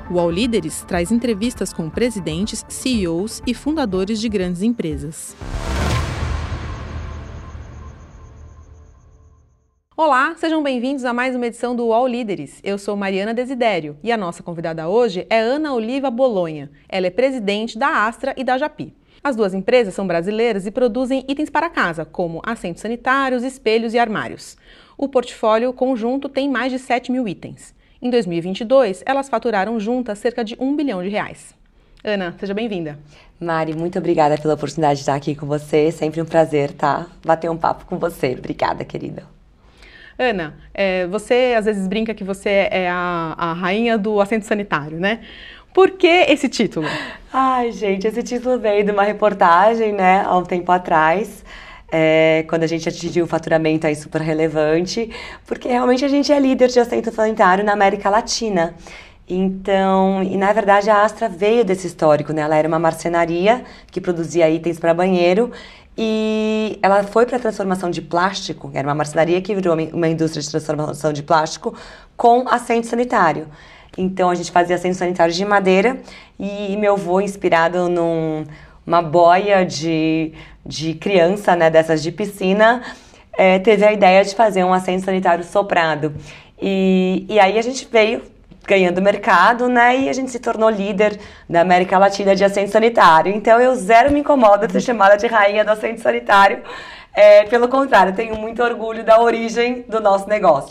O All Líderes traz entrevistas com presidentes, CEOs e fundadores de grandes empresas. Olá, sejam bem-vindos a mais uma edição do All Líderes. Eu sou Mariana Desidério e a nossa convidada hoje é Ana Oliva Bolonha. Ela é presidente da Astra e da Japy. As duas empresas são brasileiras e produzem itens para casa, como assentos sanitários, espelhos e armários. O portfólio conjunto tem mais de 7 mil itens. Em 2022, elas faturaram juntas cerca de R$1 bilhão. Ana, seja bem-vinda. Mari, muito obrigada pela oportunidade de estar aqui com você. Sempre um prazer, tá? Bater um papo com você. Obrigada, querida. Ana, você às vezes brinca que você é a rainha do assento sanitário, né? Por que esse título? Ai, gente, esse título veio de uma reportagem, né, há um tempo atrás, quando a gente atingiu um faturamento aí super relevante, porque realmente a gente é líder de assento sanitário na América Latina. Então, e na verdade a Astra veio desse histórico, né? Ela era uma marcenaria que produzia itens para banheiro e ela foi para a transformação de plástico, era uma marcenaria que virou uma indústria de transformação de plástico com assento sanitário. Então a gente fazia assentos sanitários de madeira e meu avô, inspirado numa boia de criança, né, dessas de piscina, teve a ideia de fazer um assento sanitário soprado. E aí a gente veio ganhando mercado, né, e a gente se tornou líder da América Latina de assento sanitário. Então eu zero me incomodo de ser chamada de rainha do assento sanitário. Pelo contrário, eu tenho muito orgulho da origem do nosso negócio.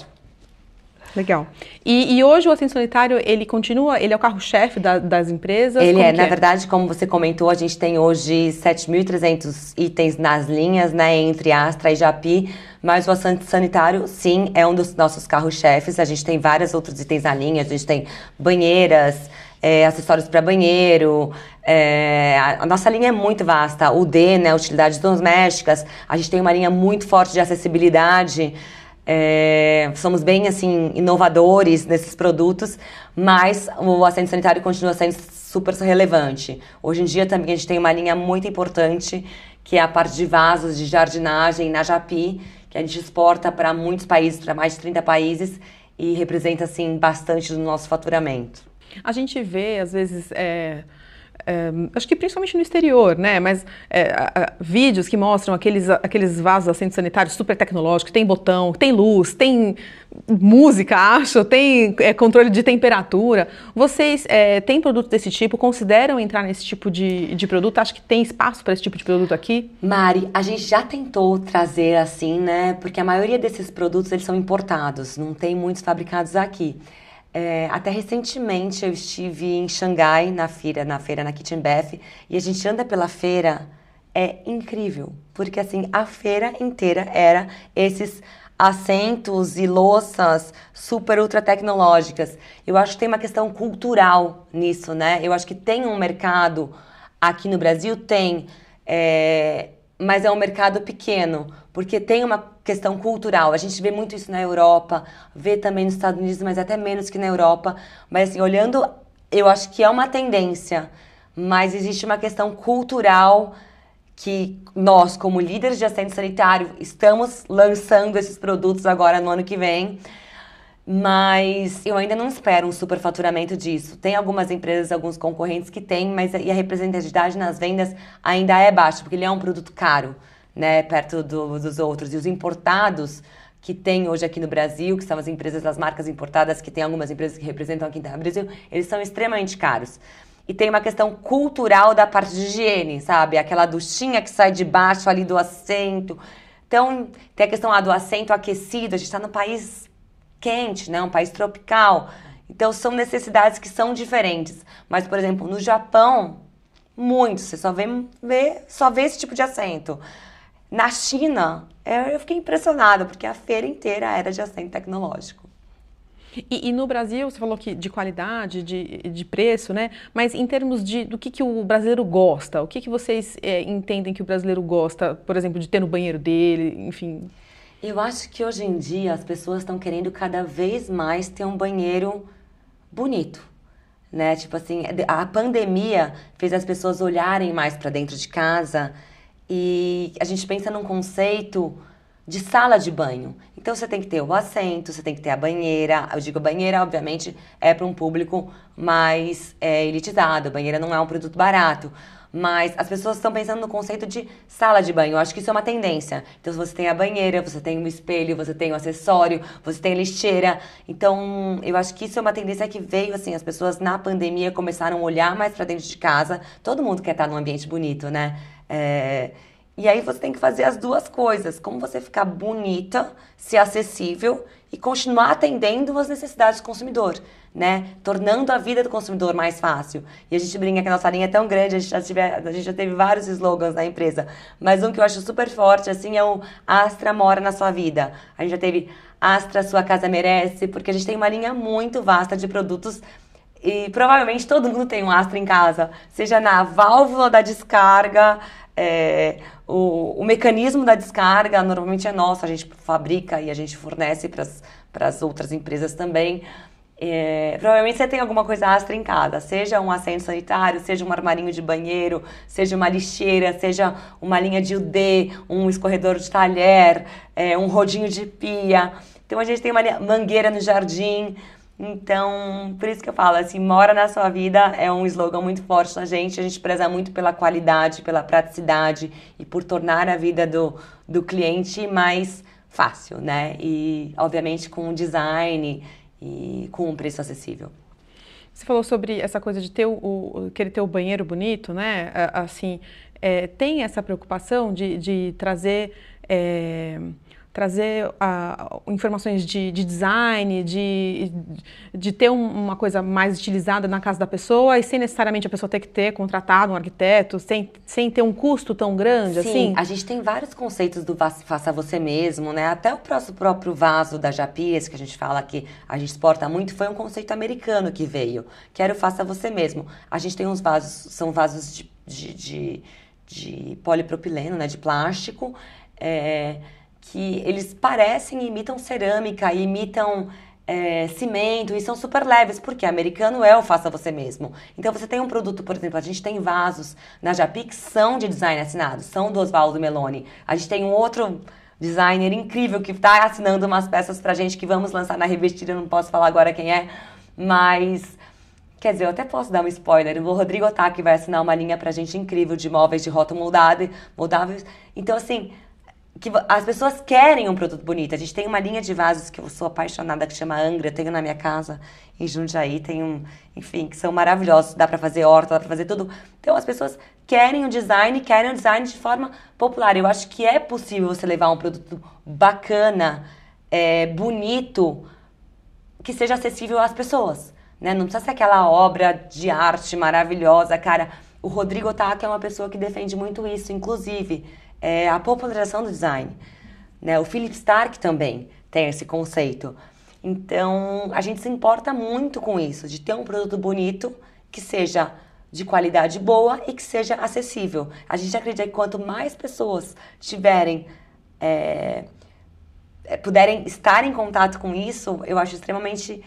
Legal. E hoje o assento sanitário, ele é o carro-chefe das empresas? Ele na verdade, como você comentou, a gente tem hoje 7.300 itens nas linhas, né, entre Astra e Japy, mas o assento sanitário, sim, é um dos nossos carros-chefes. A gente tem vários outros itens na linha, a gente tem banheiras, acessórios para banheiro, a nossa linha é muito vasta, UD, né, utilidades domésticas, a gente tem uma linha muito forte de acessibilidade. Somos bem assim inovadores nesses produtos, mas o assento sanitário continua sendo super relevante. Hoje em dia também a gente tem uma linha muito importante, que é a parte de vasos de jardinagem na Japy, que a gente exporta para muitos países, para mais de 30 países, e representa assim bastante do nosso faturamento. A gente vê, às vezes, acho que principalmente no exterior, né? Mas vídeos que mostram aqueles vasos assentos sanitários super tecnológicos, tem botão, tem luz, tem música, acho, tem controle de temperatura. Vocês têm produto desse tipo? Consideram entrar nesse tipo de produto? Acho que tem espaço para esse tipo de produto aqui? Mari, a gente já tentou trazer assim, né? Porque a maioria desses produtos eles são importados, não tem muitos fabricados aqui. Até recentemente eu estive em Xangai, na feira na Kitchen Bath, e a gente anda pela feira, é incrível, porque assim, a feira inteira era esses assentos e louças super ultra tecnológicas. Eu acho que tem uma questão cultural nisso, né? Eu acho que tem um mercado aqui no Brasil, mas é um mercado pequeno, porque tem uma questão cultural. A gente vê muito isso na Europa, vê também nos Estados Unidos, mas até menos que na Europa. Mas assim, olhando, eu acho que é uma tendência, mas existe uma questão cultural que nós, como líderes de assento sanitário, estamos lançando esses produtos agora no ano que vem, mas eu ainda não espero um superfaturamento disso. Tem algumas empresas, alguns concorrentes que têm, mas a representatividade nas vendas ainda é baixa, porque ele é um produto caro, né, perto dos outros. E os importados que tem hoje aqui no Brasil, que são as empresas, as marcas importadas, que tem algumas empresas que representam aqui no Brasil, eles são extremamente caros. E tem uma questão cultural da parte de higiene, sabe? Aquela duchinha que sai de baixo ali do assento. Então, tem a questão do assento aquecido. A gente está num país quente, né? Um país tropical. Então, são necessidades que são diferentes. Mas, por exemplo, no Japão, muito. Você só vê esse tipo de assento. Na China, eu fiquei impressionada, porque a feira inteira era de assento tecnológico. E no Brasil, você falou que de qualidade, de preço, né? Mas em termos do que o brasileiro gosta, o que vocês entendem que o brasileiro gosta, por exemplo, de ter no banheiro dele, enfim? Eu acho que hoje em dia as pessoas estão querendo cada vez mais ter um banheiro bonito, né? Tipo assim, a pandemia fez as pessoas olharem mais para dentro de casa e a gente pensa num conceito de sala de banho. Então, Então você tem que ter o assento, você tem que ter a banheira. Eu digo banheira, obviamente, é para um público mais elitizado. Banheira não é um produto barato. Mas as pessoas estão pensando no conceito de sala de banho. Eu acho que isso é uma tendência. Então, você tem a banheira, você tem um espelho, você tem um acessório, você tem a lixeira. Então, eu acho que isso é uma tendência que veio, assim, as pessoas na pandemia começaram a olhar mais para dentro de casa. Todo mundo quer estar num ambiente bonito, né? E aí você tem que fazer as duas coisas. Como você ficar bonita, ser acessível e continuar atendendo às necessidades do consumidor, né? Tornando a vida do consumidor mais fácil. E a gente brinca que a nossa linha é tão grande, a gente já teve vários slogans na empresa. Mas um que eu acho super forte, assim, é o Astra mora na sua vida. A gente já teve Astra, sua casa merece, porque a gente tem uma linha muito vasta de produtos e provavelmente todo mundo tem um Astra em casa. Seja na válvula da descarga, o mecanismo da descarga normalmente é nosso, a gente fabrica e a gente fornece para as outras empresas também. Provavelmente você tem alguma coisa Astra em casa, seja um assento sanitário, seja um armarinho de banheiro, seja uma lixeira, seja uma linha de UD, um escorredor de talher, um rodinho de pia. Então a gente tem uma mangueira no jardim. Então, por isso que eu falo, assim, mora na sua vida é um slogan muito forte na gente. A gente preza muito pela qualidade, pela praticidade e por tornar a vida do cliente mais fácil, né? E, obviamente, com design e com um preço acessível. Você falou sobre essa coisa de ter querer ter o banheiro bonito, né? Assim, tem essa preocupação de trazer informações de design, de ter uma coisa mais utilizada na casa da pessoa e sem necessariamente a pessoa ter que ter contratado um arquiteto, sem ter um custo tão grande, Sim, assim? A gente tem vários conceitos do faça você mesmo, né? Até o próprio vaso da Japy, esse que a gente fala que a gente exporta muito, foi um conceito americano que veio, que era o faça você mesmo. A gente tem uns vasos, são vasos de polipropileno, né? De plástico, que eles parecem e imitam cerâmica, imitam cimento e são super leves, porque americano é o faça você mesmo. Então você tem um produto, por exemplo, a gente tem vasos na Japy que são de design assinado, são do Osvaldo Meloni. A gente tem um outro designer incrível que está assinando umas peças pra gente que vamos lançar na Revestir, eu não posso falar agora quem é, mas... Quer dizer, eu até posso dar um spoiler, o Rodrigo Otaki vai assinar uma linha pra gente incrível de móveis de rótulo moldáveis. Então, assim... que as pessoas querem um produto bonito. A gente tem uma linha de vasos que eu sou apaixonada, que chama Angra, eu tenho na minha casa, em Jundiaí, enfim, que são maravilhosos, dá pra fazer horta, dá pra fazer tudo. Então as pessoas querem o design de forma popular. Eu acho que é possível você levar um produto bacana, bonito, que seja acessível às pessoas, né? Não precisa ser aquela obra de arte maravilhosa, cara. O Rodrigo Otaki é uma pessoa que defende muito isso, inclusive... a popularização do design, né? O Philip Stark também tem esse conceito. Então, a gente se importa muito com isso, de ter um produto bonito, que seja de qualidade boa e que seja acessível. A gente acredita que quanto mais pessoas puderem estar em contato com isso, eu acho extremamente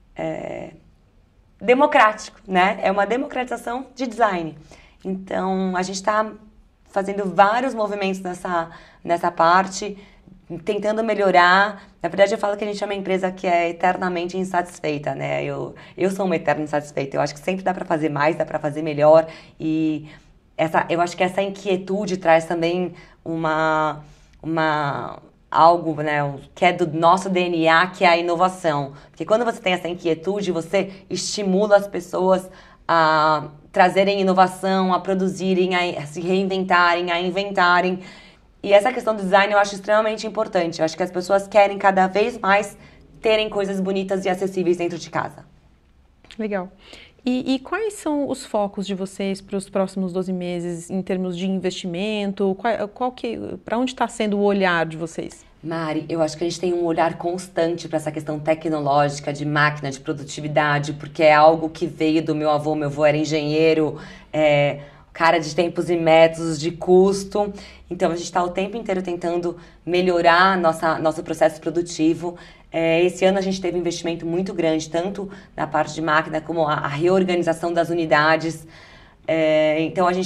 democrático, né? É uma democratização de design. Então, a gente está fazendo vários movimentos nessa parte, tentando melhorar. Na verdade, eu falo que a gente é uma empresa que é eternamente insatisfeita, né? Eu sou uma eterna insatisfeita. Eu acho que sempre dá para fazer mais, dá para fazer melhor. E eu acho que essa inquietude traz também algo, né, que é do nosso DNA, que é a inovação. Porque quando você tem essa inquietude, você estimula as pessoas a trazerem inovação, a produzirem, a se reinventarem, a inventarem. E essa questão do design eu acho extremamente importante. Eu acho que as pessoas querem cada vez mais terem coisas bonitas e acessíveis dentro de casa. Legal. E quais são os focos de vocês para os próximos 12 meses em termos de investimento? Para onde está sendo o olhar de vocês? Mari, eu acho que a gente tem um olhar constante para essa questão tecnológica, de máquina, de produtividade, porque é algo que veio do meu avô era engenheiro, cara de tempos e métodos, de custo. Então, a gente está o tempo inteiro tentando melhorar nosso processo produtivo. Esse ano a gente teve um investimento muito grande, tanto na parte de máquina como a reorganização das unidades. Então, a gente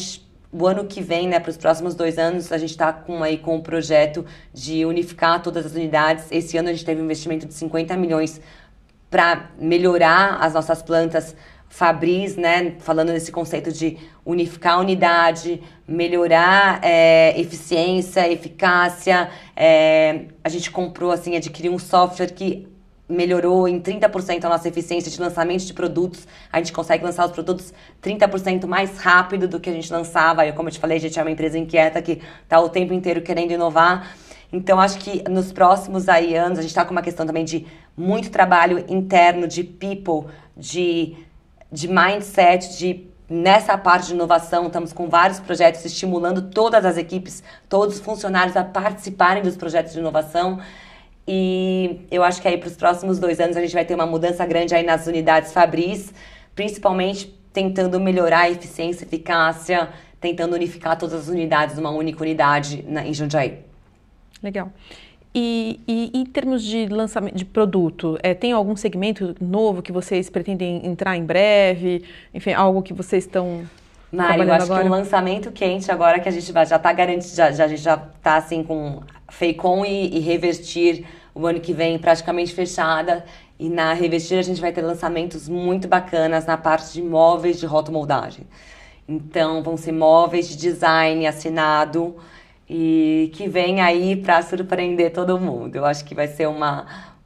o ano que vem, né, para os próximos 2 anos, a gente está com o projeto de unificar todas as unidades. Esse ano a gente teve um investimento de 50 milhões para melhorar as nossas plantas Fabris, né, falando nesse conceito de unificar a unidade, melhorar eficiência, eficácia. A gente comprou, assim, adquiriu um software que melhorou em 30% a nossa eficiência de lançamento de produtos. A gente consegue lançar os produtos 30% mais rápido do que a gente lançava. E como eu te falei, a gente é uma empresa inquieta que está o tempo inteiro querendo inovar. Então, acho que nos próximos anos, a gente está com uma questão também de muito trabalho interno, de people, de mindset, nessa parte de inovação. Estamos com vários projetos estimulando todas as equipes, todos os funcionários a participarem dos projetos de inovação. E eu acho que aí para os próximos 2 anos a gente vai ter uma mudança grande aí nas unidades Fabris, principalmente tentando melhorar a eficiência, eficácia, tentando unificar todas as unidades numa única unidade em Jundiaí. Legal. E em termos de lançamento de produto, tem algum segmento novo que vocês pretendem entrar em breve? Enfim, algo que vocês estão Mari, eu acho que um lançamento quente agora que a gente já está garantido, a gente já está assim com Feicon e Revestir o ano que vem praticamente fechada. E na Revestir a gente vai ter lançamentos muito bacanas na parte de móveis de rotomoldagem. Então vão ser móveis de design assinado e que vem aí para surpreender todo mundo. Eu acho que vai ser uma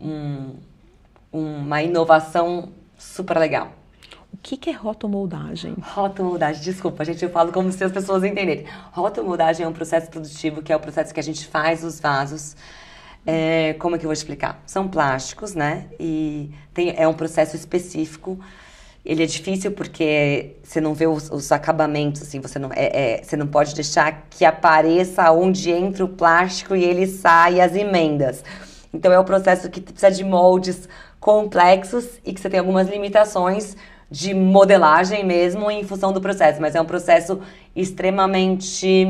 inovação super legal. O que é rotomoldagem? Rotomoldagem, desculpa, gente, eu falo como se as pessoas entenderem. Rotomoldagem é um processo produtivo, que é o processo que a gente faz os vasos. Como é que eu vou explicar? São plásticos, né? E é um processo específico. Ele é difícil porque você não vê os acabamentos, assim, você não pode deixar que apareça onde entra o plástico e ele sai, as emendas. Então é um processo que precisa de moldes complexos e que você tem algumas limitações de modelagem mesmo em função do processo, mas é um processo extremamente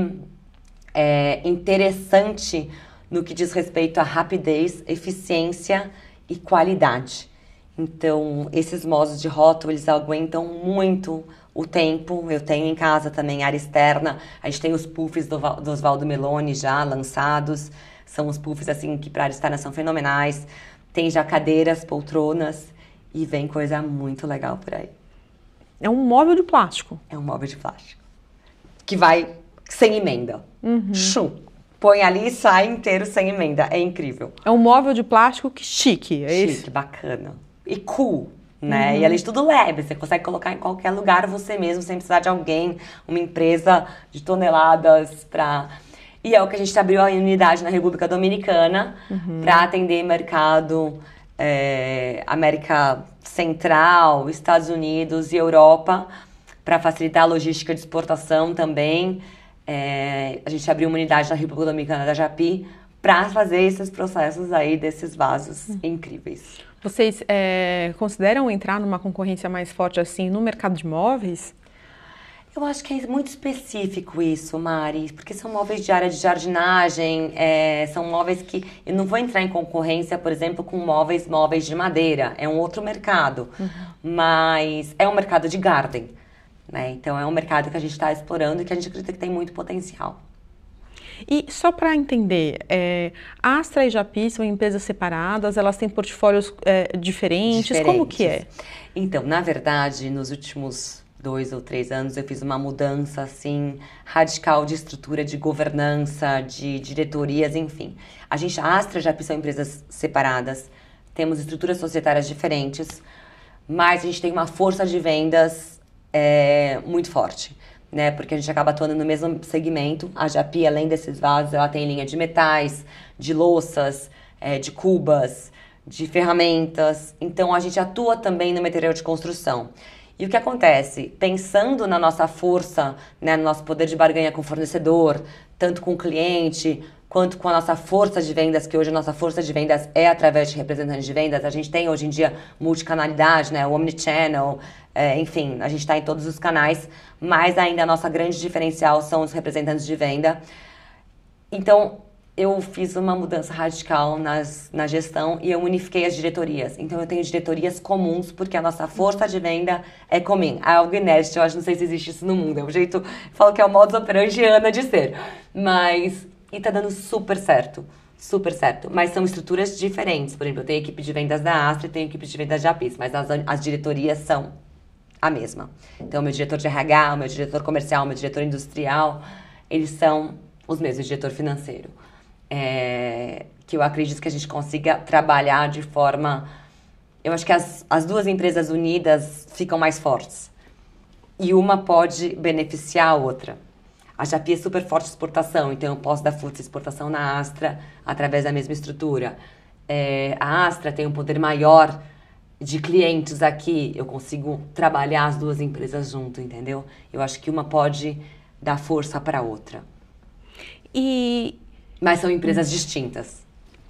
interessante no que diz respeito à rapidez, eficiência e qualidade. Então, esses moldes de rótulo, eles aguentam muito o tempo. Eu tenho em casa também área externa, a gente tem os puffs do Osvaldo Meloni já lançados, são os puffs assim que para área externa são fenomenais, tem já cadeiras, poltronas, e vem coisa muito legal por aí. É um móvel de plástico? É um móvel de plástico. Que vai sem emenda. Chum. Põe ali e sai inteiro sem emenda. É incrível. É um móvel de plástico que chique, é isso? Chique, bacana. E cool, né? E além de tudo leve. Você consegue colocar em qualquer lugar você mesmo, sem precisar de alguém, uma empresa de toneladas pra... E é o que a gente abriu a unidade na República Dominicana para atender mercado... América Central, Estados Unidos e Europa, para facilitar a logística de exportação também. A gente abriu uma unidade na República Dominicana da Japi para fazer esses processos aí desses vasos incríveis. Vocês consideram entrar numa concorrência mais forte assim no mercado de móveis? Eu acho que é muito específico isso, Mari, porque são móveis de área de jardinagem, são móveis que... Eu não vou entrar em concorrência, por exemplo, com móveis de madeira, é um outro mercado, mas é um mercado de garden, né? Então é um mercado que a gente está explorando e que a gente acredita que tem muito potencial. E só para entender, Astra e Japi são empresas separadas, elas têm portfólios diferentes, como que é? Então, na verdade, nos últimos 2 ou 3 anos, eu fiz uma mudança, assim, radical de estrutura, de governança, de diretorias, enfim. A Astra e Japi são empresas separadas, temos estruturas societárias diferentes, mas a gente tem uma força de vendas muito forte, né? Porque a gente acaba atuando no mesmo segmento. A Japi, além desses vasos, ela tem linha de metais, de louças, de cubas, de ferramentas. Então, a gente atua também no material de construção. E o que acontece? Pensando na nossa força, né, no nosso poder de barganha com o fornecedor, tanto com o cliente, quanto com a nossa força de vendas, que hoje a nossa força de vendas é através de representantes de vendas. A gente tem hoje em dia multicanalidade, né, o omnichannel, enfim, a gente está em todos os canais, mas ainda a nossa grande diferencial são os representantes de venda. Então, eu fiz uma mudança radical na gestão e eu unifiquei as diretorias. Então, eu tenho diretorias comuns, porque a nossa força de venda é comum. É algo inédito, eu acho, não sei se existe isso no mundo. É o jeito, eu falo que é o modus operandi Ana de ser. Mas, e tá dando super certo. Super certo. Mas são estruturas diferentes. Por exemplo, eu tenho equipe de vendas da Astra e tenho equipe de vendas da Japis, mas as diretorias são a mesma. Então, o meu diretor de RH, o meu diretor comercial, o meu diretor industrial, eles são os mesmos, o diretor financeiro. Que eu acredito que a gente consiga trabalhar de forma... Eu acho que as duas empresas unidas ficam mais fortes. E uma pode beneficiar a outra. A Japi é super forte em exportação, então eu posso dar força de exportação na Astra através da mesma estrutura. A Astra tem um poder maior de clientes aqui, eu consigo trabalhar as duas empresas junto, entendeu? Eu acho que uma pode dar força para a outra. Mas são empresas distintas.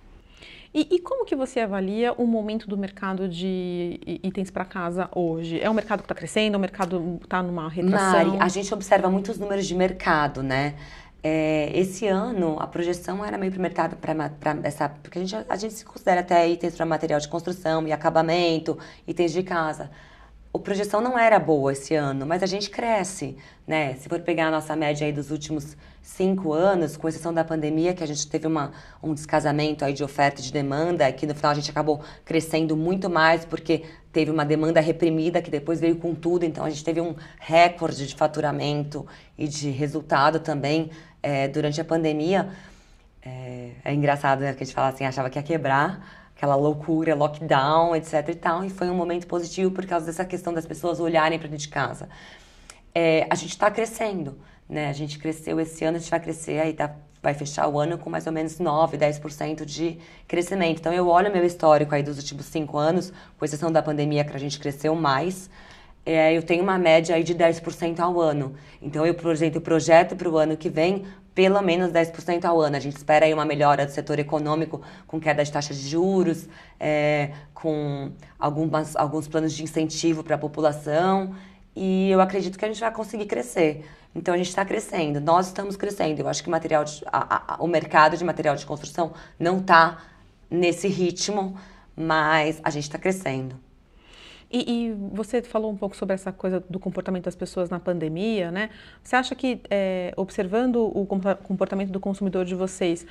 E como que você avalia o momento do mercado de itens para casa hoje? É um mercado que está crescendo? É um mercado que está numa retração? Mari, a gente observa muitos números de mercado, né? Esse ano, a projeção era meio para o mercado, porque a gente se considera até itens para material de construção e acabamento, itens de casa. A projeção não era boa esse ano, mas a gente cresce, né? Se for pegar a nossa média aí dos últimos 5 anos, com exceção da pandemia, que a gente teve um descasamento aí de oferta e de demanda, que no final a gente acabou crescendo muito mais, porque teve uma demanda reprimida que depois veio com tudo, então a gente teve um recorde de faturamento e de resultado também durante a pandemia. É engraçado, né? Que a gente fala assim, achava que ia quebrar, aquela loucura, lockdown, etc e tal, e foi um momento positivo por causa dessa questão das pessoas olharem para dentro de casa. A gente está crescendo, né? A gente cresceu esse ano, a gente vai crescer, aí vai fechar o ano com mais ou menos 9, 10% de crescimento. Então, eu olho meu histórico aí dos últimos 5 anos, com exceção da pandemia, que a gente cresceu mais, eu tenho uma média aí de 10% ao ano. Então, eu projeto para o ano que vem pelo menos 10% ao ano. A gente espera aí uma melhora do setor econômico com queda de taxas de juros, com alguns planos de incentivo para a população, e eu acredito que a gente vai conseguir crescer. Então, a gente está crescendo, nós estamos crescendo. Eu acho que o mercado de material de construção não está nesse ritmo, mas a gente está crescendo. E você falou um pouco sobre essa coisa do comportamento das pessoas na pandemia, né? Você acha que, observando o comportamento do consumidor de vocês,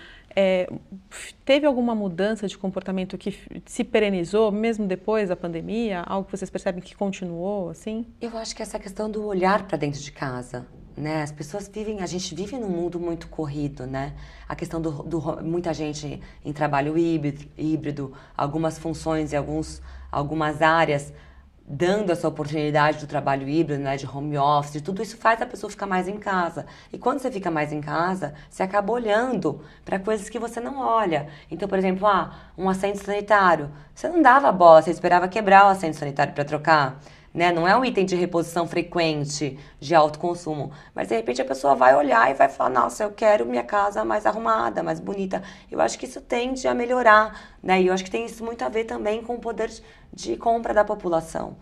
teve alguma mudança de comportamento que se perenizou, mesmo depois da pandemia? Algo que vocês percebem que continuou, assim? Eu acho que essa questão do olhar para dentro de casa, né? As pessoas a gente vive num mundo muito corrido, né? A questão muita gente em trabalho híbrido, algumas funções e algumas áreas dando essa oportunidade do trabalho híbrido, né, de home office, tudo isso faz a pessoa ficar mais em casa. E quando você fica mais em casa, você acaba olhando para coisas que você não olha. Então, por exemplo, um assento sanitário. Você não dava bola, você esperava quebrar o assento sanitário para trocar. Né? Não é um item de reposição frequente, de alto consumo. Mas, de repente, a pessoa vai olhar e vai falar, nossa, eu quero minha casa mais arrumada, mais bonita. Eu acho que isso tende a melhorar, né? E eu acho que tem isso muito a ver também com o poder de compra da população.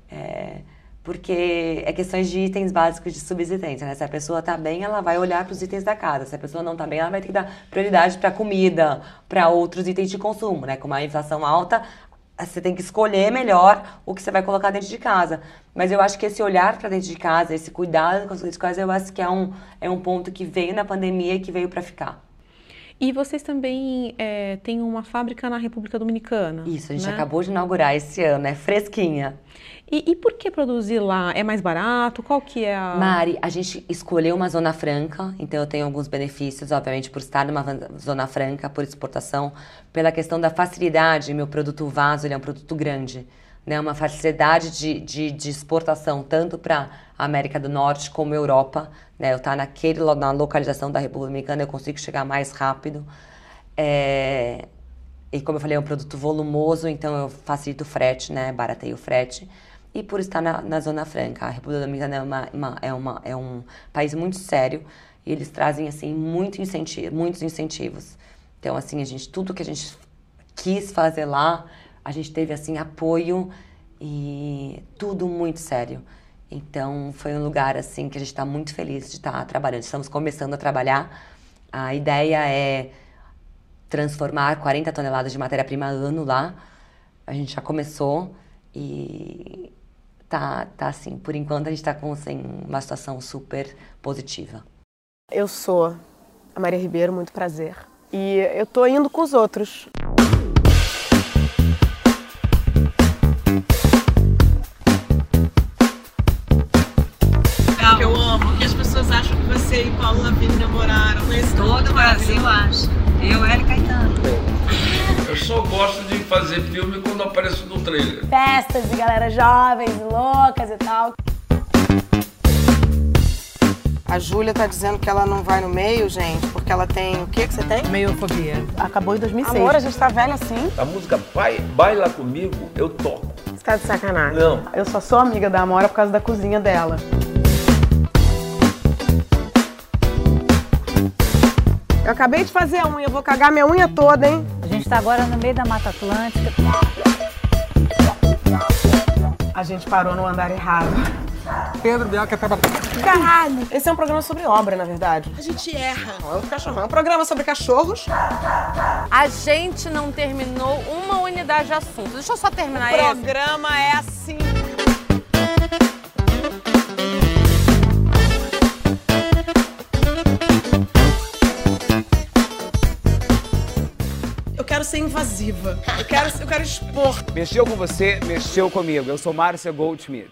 Porque é questões de itens básicos de subsistência, né? Se a pessoa está bem, ela vai olhar para os itens da casa. Se a pessoa não está bem, ela vai ter que dar prioridade para comida, para outros itens de consumo, né? Com uma inflação alta, você tem que escolher melhor o que você vai colocar dentro de casa. Mas eu acho que esse olhar para dentro de casa, esse cuidado com as coisas de casa, eu acho que é um ponto que veio na pandemia e que veio para ficar. E vocês também têm uma fábrica na República Dominicana. Isso, a gente acabou de inaugurar esse ano, é fresquinha. E por que produzir lá? É mais barato? Qual que é a... Mari, a gente escolheu uma zona franca, então eu tenho alguns benefícios, obviamente, por estar numa zona franca, por exportação, pela questão da facilidade. Meu produto vaso, ele é um produto grande, né? Uma facilidade de exportação, tanto para a América do Norte como Europa, né? Eu estou na localização da República Dominicana, eu consigo chegar mais rápido. E como eu falei, é um produto volumoso, então eu facilito o frete, né? Barateio o frete. E por estar na Zona Franca. A República Dominicana é um país muito sério e eles trazem, assim, muitos incentivos. Então, assim, tudo que a gente quis fazer lá, a gente teve, assim, apoio e tudo muito sério. Então, foi um lugar, assim, que a gente está muito feliz de estar trabalhando. Estamos começando a trabalhar. A ideia é transformar 40 toneladas de matéria-prima ano lá. A gente já começou e tá assim, por enquanto a gente tá com assim, uma situação super positiva. Eu sou a Maria Ribeiro, muito prazer. E eu tô indo com os outros. Eu amo, que as pessoas acham que você e Paulo Lavigne namoraram. Todo o Brasil acha. Eu, Hélio Caetano. Eu só gosto de fazer filme quando apareço no trailer. Festas de galera jovens, loucas e tal. A Júlia tá dizendo que ela não vai no meio, gente, porque ela tem... O que você tem? Meiofobia. Acabou em 2006. Amor, a gente tá velha assim. A música Baila Comigo, eu toco. Você tá de sacanagem. Não. Eu só sou amiga da Amora por causa da cozinha dela. Eu acabei de fazer a unha, eu vou cagar minha unha toda, hein? A gente tá agora no meio da Mata Atlântica. A gente parou no andar errado. Pedro Bial quer trabalhar. Caralho! Esse é um programa sobre obra, na verdade. A gente erra. Não é um cachorrão, é um programa sobre cachorros. A gente não terminou uma unidade de assunto. Deixa eu só terminar esse. O programa é assim. Eu quero ser invasiva. Eu quero expor. Mexeu com você, mexeu comigo. Eu sou Márcia Goldschmidt.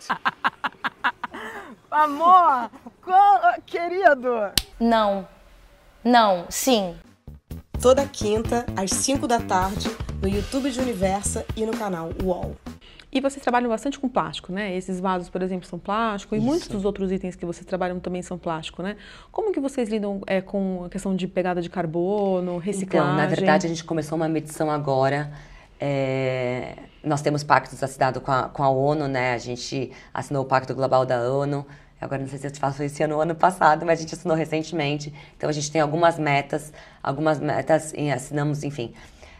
Amor, querido. Não. Não, sim. Toda quinta, às 5 da tarde, no YouTube de Universa e no canal UOL. E vocês trabalham bastante com plástico, né? Esses vasos, por exemplo, são plástico e muitos dos outros itens que vocês trabalham também são plástico, né? Como que vocês lidam com a questão de pegada de carbono, reciclagem? Então, na verdade, a gente começou uma medição agora. Nós temos pactos assinados com a ONU, né? A gente assinou o Pacto Global da ONU. Agora, não sei se eu te faço esse ano ou ano passado, mas a gente assinou recentemente. Então, a gente tem algumas metas e assinamos, enfim.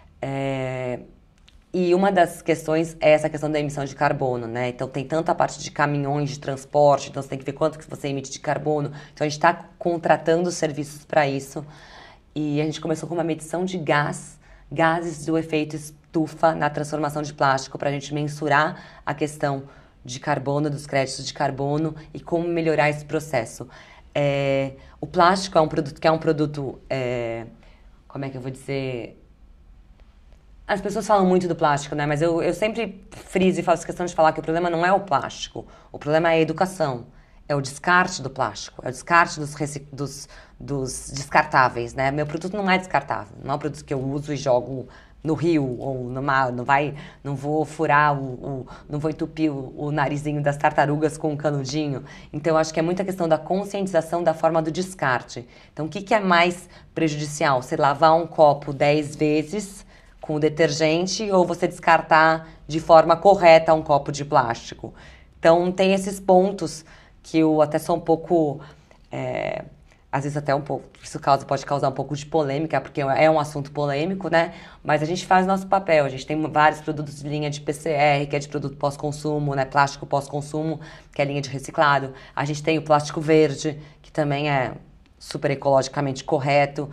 E uma das questões é essa questão da emissão de carbono, né? Então, tem tanto a parte de caminhões de transporte, então você tem que ver quanto que você emite de carbono. Então, a gente está contratando serviços para isso. E a gente começou com uma medição de gases do efeito estufa na transformação de plástico, para a gente mensurar a questão de carbono, dos créditos de carbono e como melhorar esse processo. O plástico é um produto que é um produto, como é que eu vou dizer? As pessoas falam muito do plástico, né? Mas eu sempre friso e faço questão de falar que o problema não é o plástico. O problema é a educação. É o descarte do plástico. É o descarte dos descartáveis, né? Meu produto não é descartável. Não é um produto que eu uso e jogo no rio ou no mar. Não vou furar, não vou entupir o narizinho das tartarugas com um canudinho. Então, eu acho que é muita questão da conscientização da forma do descarte. Então, o que é mais prejudicial? Você lavar um copo 10 vezes com detergente ou você descartar de forma correta um copo de plástico. Então, tem esses pontos que eu até sou um pouco... às vezes até um pouco... Isso pode causar um pouco de polêmica, porque é um assunto polêmico, né? Mas a gente faz nosso papel. A gente tem vários produtos de linha de PCR, que é de produto pós-consumo, né? Plástico pós-consumo, que é linha de reciclado. A gente tem o plástico verde, que também é super ecologicamente correto.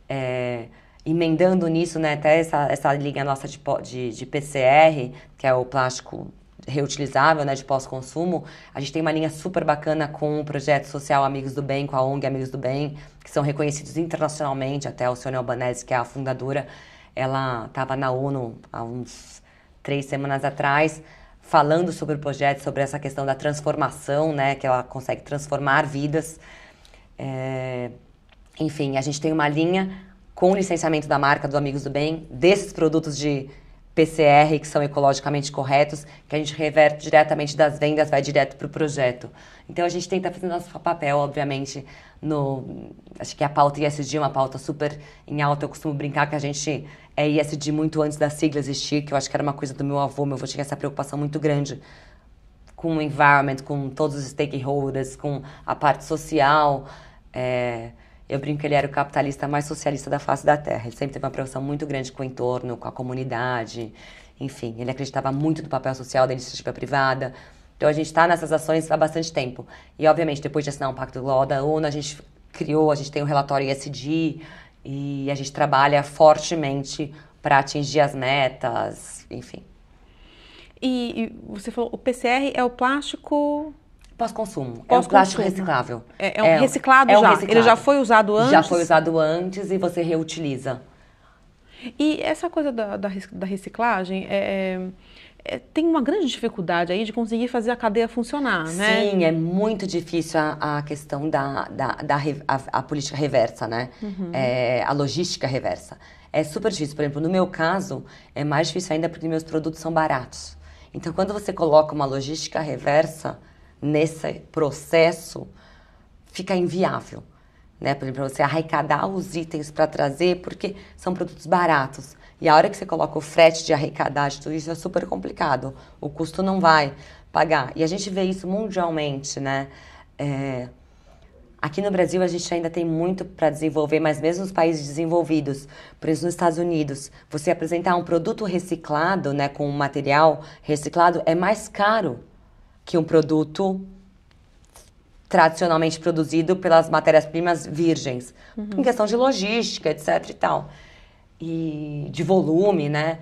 Emendando nisso, né, até essa linha nossa de PCR, que é o plástico reutilizável, né, de pós-consumo, a gente tem uma linha super bacana com o projeto social Amigos do Bem, com a ONG Amigos do Bem, que são reconhecidos internacionalmente, até a Alcione Albanese, que é a fundadora, ela estava na ONU há uns 3 semanas atrás, falando sobre o projeto, sobre essa questão da transformação, né, que ela consegue transformar vidas. Enfim, a gente tem uma linha com licenciamento da marca do Amigos do Bem, desses produtos de PCR que são ecologicamente corretos, que a gente reverte diretamente das vendas, vai direto para o projeto. Então a gente tenta fazer nosso papel, obviamente, acho que a pauta ESG é uma pauta super em alta. Eu costumo brincar que a gente é ESG muito antes da sigla existir, que eu acho que era uma coisa do meu avô tinha essa preocupação muito grande com o environment, com todos os stakeholders, com a parte social. Eu brinco que ele era o capitalista mais socialista da face da Terra. Ele sempre teve uma preocupação muito grande com o entorno, com a comunidade. Enfim, ele acreditava muito no papel social da iniciativa privada. Então, a gente está nessas ações há bastante tempo. E, obviamente, depois de assinar um Pacto Global da ONU, a gente tem o relatório ESG, E a gente trabalha fortemente para atingir as metas, enfim. E você falou, o PCR é o plástico... Pós-consumo. É um plástico reciclável. É um reciclado já? Reciclado. Ele já foi usado antes? Já foi usado antes e você reutiliza. E essa coisa da reciclagem, tem uma grande dificuldade aí de conseguir fazer a cadeia funcionar, né? Sim, é muito difícil a questão a política reversa, né? A logística reversa. É super difícil. Por exemplo, no meu caso, é mais difícil ainda porque meus produtos são baratos. Então, quando você coloca uma logística reversa nesse processo, fica inviável, né? Por exemplo, você arrecadar os itens para trazer, porque são produtos baratos. E a hora que você coloca o frete de arrecadar de tudo isso é super complicado. O custo não vai pagar. E a gente vê isso mundialmente, né? Aqui no Brasil a gente ainda tem muito para desenvolver, mas mesmo nos países desenvolvidos, por exemplo, nos Estados Unidos, você apresentar um produto reciclado, né, com um material reciclado, é mais caro que um produto tradicionalmente produzido pelas matérias-primas virgens. Em questão de logística, etc e tal. E de volume, né?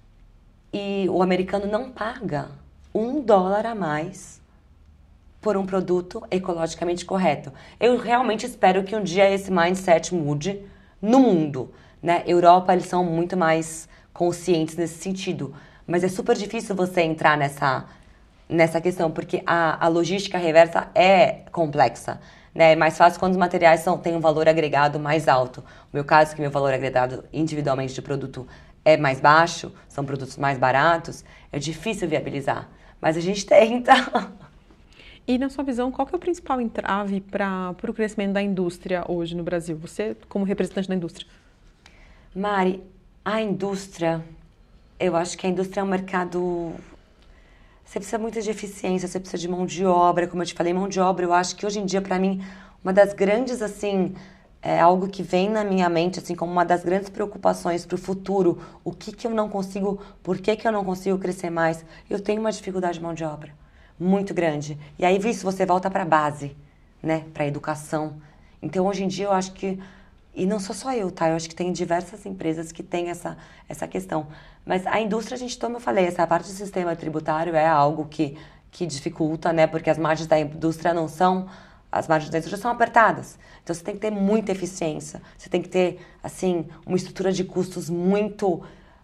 E o americano não paga $1 a mais por um produto ecologicamente correto. Eu realmente espero que um dia esse mindset mude no mundo, né? Europa, eles são muito mais conscientes nesse sentido. Mas é super difícil você entrar nessa questão, porque a logística reversa é complexa, né? É mais fácil quando os materiais têm um valor agregado mais alto. No meu caso, que meu valor agregado individualmente de produto é mais baixo, são produtos mais baratos, é difícil viabilizar. Mas a gente tenta. E na sua visão, qual que é o principal entrave para o crescimento da indústria hoje no Brasil? Você, como representante da indústria. Mari, a indústria, eu acho que a indústria é um mercado... Você precisa muito de eficiência, você precisa de mão de obra, como eu te falei, mão de obra, eu acho que hoje em dia, para mim, uma das grandes, assim, algo que vem na minha mente, assim, como uma das grandes preocupações para o futuro, o que eu não consigo, por que eu não consigo crescer mais? Eu tenho uma dificuldade de mão de obra muito grande. E aí, visto, você volta para a base, né, para a educação. Então, hoje em dia, eu acho que, e não sou só eu, tá? Eu acho que tem diversas empresas que têm essa questão. Mas a indústria, a gente, como eu falei, essa parte do sistema tributário é algo que dificulta, né? Porque as margens da indústria as margens da indústria são apertadas. Então, você tem que ter muita eficiência. Você tem que ter, assim, uma estrutura de custos muito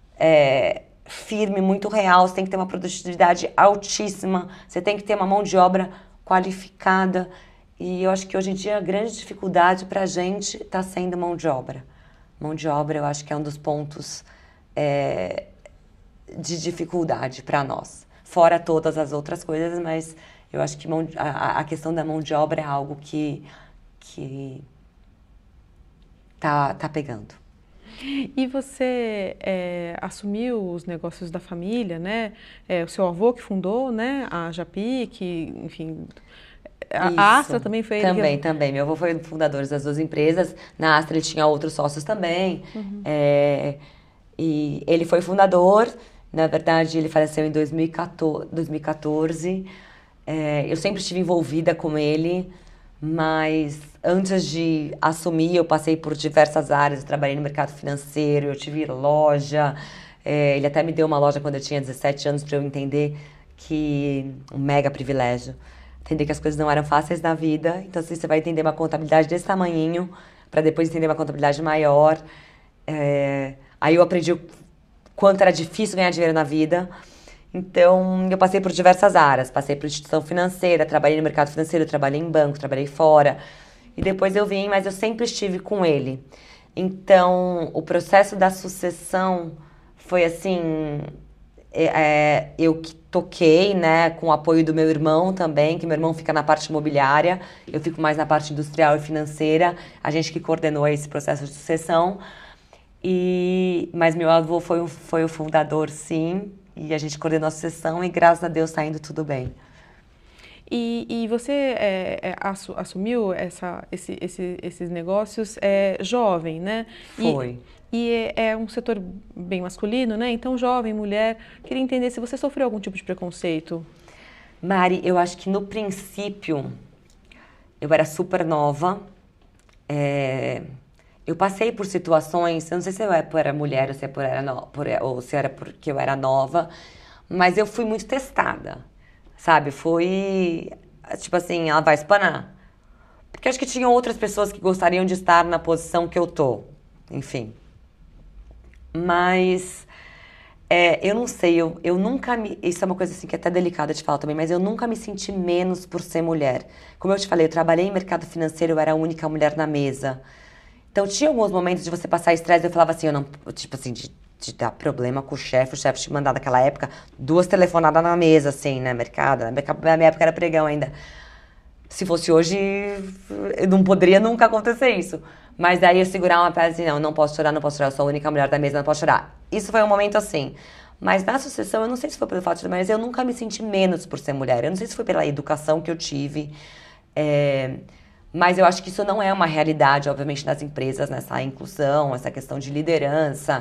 firme, muito real. Você tem que ter uma produtividade altíssima. Você tem que ter uma mão de obra qualificada. E eu acho que hoje em dia a grande dificuldade para a gente está sendo mão de obra. Mão de obra eu acho que é um dos pontos de dificuldade para nós. Fora todas as outras coisas, mas eu acho que a questão da mão de obra é algo que tá pegando. E você assumiu os negócios da família, né? O seu avô que fundou, né? A Japy, que, enfim... A Astra também foi ele? Também. Meu avô foi um dos fundadores das duas empresas. Na Astra ele tinha outros sócios também. E ele foi fundador. Na verdade, ele faleceu em 2014. Eu sempre estive envolvida com ele, mas antes de assumir, eu passei por diversas áreas. Eu trabalhei no mercado financeiro, eu tive loja. Ele até me deu uma loja quando eu tinha 17 anos para eu entender que... Um mega privilégio. Entender que as coisas não eram fáceis na vida. Então, assim, você vai entender uma contabilidade desse tamanhinho para depois entender uma contabilidade maior. Aí eu aprendi o quanto era difícil ganhar dinheiro na vida. Então, eu passei por diversas áreas. Passei por instituição financeira, trabalhei no mercado financeiro, trabalhei em banco, trabalhei fora. E depois eu vim, mas eu sempre estive com ele. Então, o processo da sucessão foi assim... eu que toquei, né, com o apoio do meu irmão também, que meu irmão fica na parte imobiliária, eu fico mais na parte industrial e financeira, a gente que coordenou esse processo de sucessão, mas meu avô foi o fundador, sim, e a gente coordenou a sucessão e graças a Deus está indo tudo bem. E você assumiu esses negócios jovem, né? Foi. E é um setor bem masculino, né? Então, jovem, mulher. Queria entender se você sofreu algum tipo de preconceito. Mari, eu acho que no princípio eu era super nova. eu passei por situações, eu não sei se eu era mulher ou se era porque eu era nova, mas eu fui muito testada, sabe? Foi, tipo assim, ela vai espanar. Porque acho que tinham outras pessoas que gostariam de estar na posição que eu tô, enfim. Mas, eu não sei, eu nunca me... Isso é uma coisa assim que é até delicada de falar também, mas eu nunca me senti menos por ser mulher. Como eu te falei, eu trabalhei em mercado financeiro, eu era a única mulher na mesa. Então, tinha alguns momentos de você passar estresse, eu falava assim, eu não, tipo assim, de dar problema com o chefe te mandar naquela época 2 telefonadas na mesa, assim, né, mercado. Na minha época era pregão ainda. Se fosse hoje, não poderia nunca acontecer isso. Mas daí eu segurar uma pedra assim, não posso chorar, eu sou a única mulher da mesa, não posso chorar. Isso foi um momento assim. Mas na sucessão, eu não sei se foi pelo fato de... Mas eu nunca me senti menos por ser mulher. Eu não sei se foi pela educação que eu tive. Mas eu acho que isso não é uma realidade, obviamente, nas empresas, nessa inclusão, essa questão de liderança.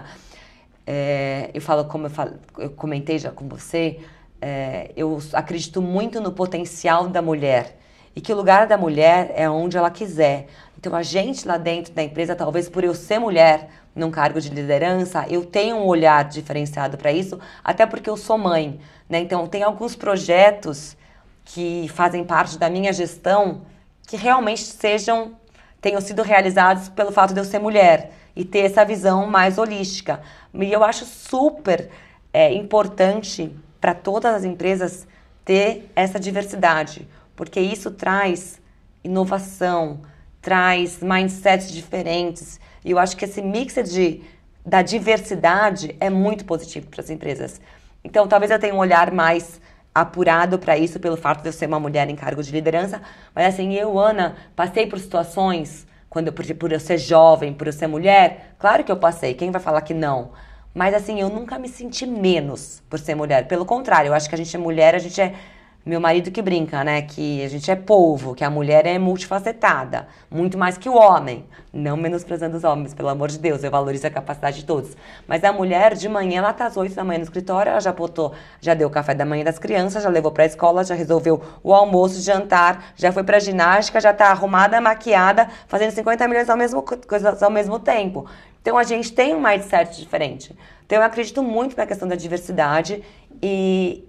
Eu comentei já com você, eu acredito muito no potencial da mulher. E que o lugar da mulher é onde ela quiser. Então, a gente lá dentro da empresa, talvez por eu ser mulher num cargo de liderança, eu tenho um olhar diferenciado para isso, até porque eu sou mãe, né? Então, tem alguns projetos que fazem parte da minha gestão que realmente tenham sido realizados pelo fato de eu ser mulher e ter essa visão mais holística. E eu acho super importante para todas as empresas ter essa diversidade, porque isso traz inovação, traz mindsets diferentes. E eu acho que esse mix da diversidade é muito positivo para as empresas. Então, talvez eu tenha um olhar mais apurado para isso, pelo fato de eu ser uma mulher em cargo de liderança. Mas assim, eu, Ana, passei por situações, por eu ser jovem, por eu ser mulher. Claro que eu passei, quem vai falar que não? Mas assim, eu nunca me senti menos por ser mulher. Pelo contrário, eu acho que a gente é mulher, a gente é... Meu marido que brinca, né, que a gente é polvo, que a mulher é multifacetada, muito mais que o homem. Não menosprezando os homens, pelo amor de Deus, eu valorizo a capacidade de todos. Mas a mulher, de manhã, ela tá às 8 da manhã no escritório, ela já deu o café da manhã das crianças, já levou pra escola, já resolveu o almoço, jantar, já foi pra ginástica, já tá arrumada, maquiada, fazendo 50 milhões coisas ao mesmo tempo. Então, a gente tem um mindset diferente. Então, eu acredito muito na questão da diversidade e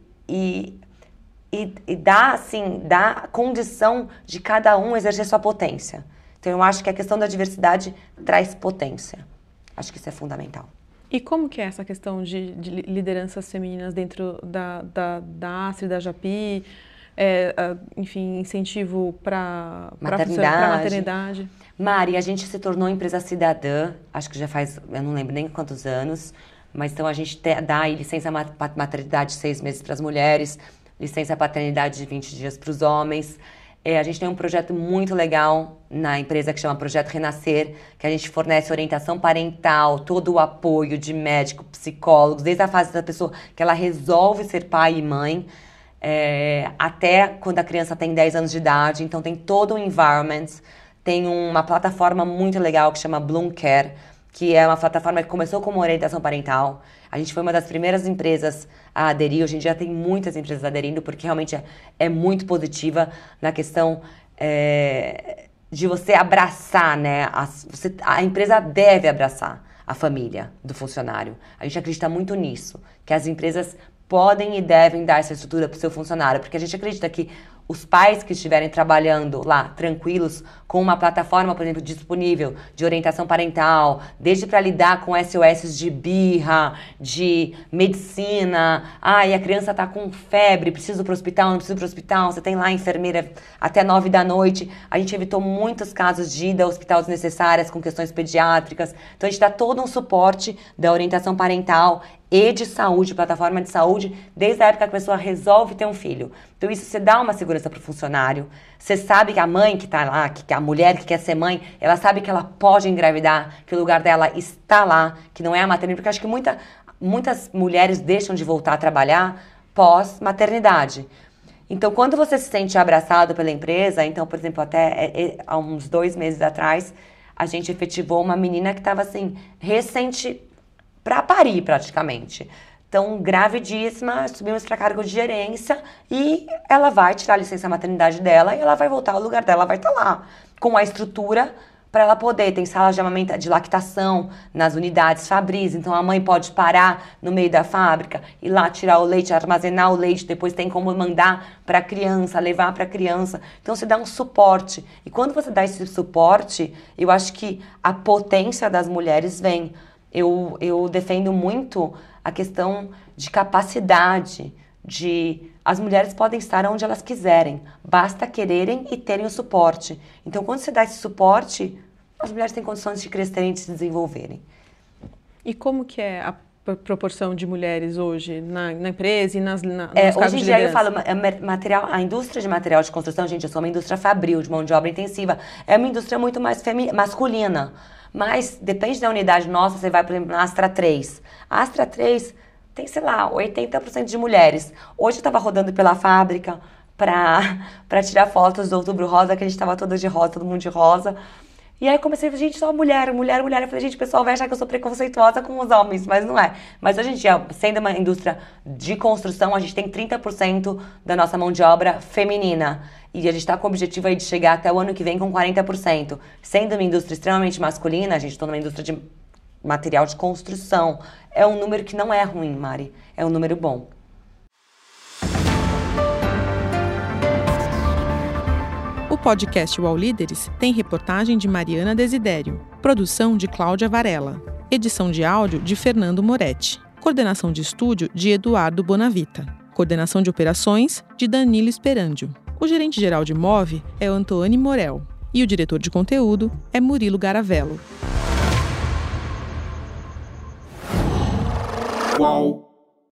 dá condição de cada um exercer sua potência. Então, eu acho que a questão da diversidade traz potência. Acho que isso é fundamental. E como que é essa questão de lideranças femininas dentro da Astra e da Japy? Enfim, incentivo para maternidade? Mari, a gente se tornou empresa cidadã, acho que já faz, eu não lembro nem quantos anos, mas então a gente dá aí licença maternidade de 6 meses para as mulheres, licença paternidade de 20 dias para os homens. A gente tem um projeto muito legal na empresa que chama Projeto Renascer, que a gente fornece orientação parental, todo o apoio de médico, psicólogos, desde a fase da pessoa que ela resolve ser pai e mãe, até quando a criança tem 10 anos de idade. Então tem todo um environment, tem uma plataforma muito legal que chama Bloom Care, que é uma plataforma que começou como orientação parental. A gente foi uma das primeiras empresas a aderir. Hoje em dia tem muitas empresas aderindo, porque realmente é muito positiva na questão de você abraçar, né? A empresa deve abraçar a família do funcionário. A gente acredita muito nisso, que as empresas podem e devem dar essa estrutura para o seu funcionário, porque a gente acredita que os pais que estiverem trabalhando lá, tranquilos, com uma plataforma, por exemplo, disponível de orientação parental, desde para lidar com SOS de birra, de medicina, e a criança está com febre, precisa ir para o hospital, não precisa ir para o hospital, você tem lá a enfermeira até 9 da noite. A gente evitou muitos casos de ida ao hospital desnecessárias com questões pediátricas. Então, a gente dá todo um suporte da orientação parental e de saúde, plataforma de saúde, desde a época que a pessoa resolve ter um filho. Então, isso você dá uma segurança para o funcionário. Você sabe que a mãe que está lá, que a mulher que quer ser mãe, ela sabe que ela pode engravidar, que o lugar dela está lá, que não é a maternidade. Porque eu acho que muitas mulheres deixam de voltar a trabalhar pós-maternidade. Então, quando você se sente abraçado pela empresa, então, por exemplo, até há uns 2 meses atrás, a gente efetivou uma menina que estava assim, recente para parir praticamente. Então, gravidíssima, subimos para cargo de gerência e ela vai tirar a licença maternidade dela e ela vai voltar ao lugar dela, vai estar lá, com a estrutura para ela poder, tem salas de lactação nas unidades Fabris, então a mãe pode parar no meio da fábrica, ir lá tirar o leite, armazenar o leite, depois tem como mandar para a criança, levar para a criança. Então você dá um suporte. E quando você dá esse suporte, eu acho que a potência das mulheres vem. Eu defendo muito a questão de capacidade, as mulheres podem estar onde elas quiserem, basta quererem e terem o suporte. Então, quando você dá esse suporte, as mulheres têm condições de crescerem e de se desenvolverem. E como que é a proporção de mulheres hoje na empresa e nos cargos de liderança? Hoje em dia eu falo, a indústria de material de construção, gente, eu sou uma indústria fabril, de mão de obra intensiva, é uma indústria muito mais masculina. Mas depende da unidade nossa, você vai, por exemplo, na Astra 3. A Astra 3 tem, sei lá, 80% de mulheres. Hoje eu estava rodando pela fábrica para tirar fotos do Outubro Rosa, que a gente estava toda de rosa, todo mundo de rosa. E aí eu comecei a falar, gente, só mulher. Eu falei, gente, o pessoal vai achar que eu sou preconceituosa com os homens, mas não é. Mas hoje em dia, sendo uma indústria de construção, a gente tem 30% da nossa mão de obra feminina. E a gente está com o objetivo aí de chegar até o ano que vem com 40%. Sendo uma indústria extremamente masculina, a gente está numa indústria de material de construção. É um número que não é ruim, Mari. É um número bom. O podcast UOL Líderes tem reportagem de Mariana Desidério, produção de Cláudia Varela, edição de áudio de Fernando Moretti, coordenação de estúdio de Eduardo Bonavita, coordenação de operações de Danilo Esperandio. O gerente-geral de MOVE é Antônio Morel e o diretor de conteúdo é Murilo Garavello. UOL.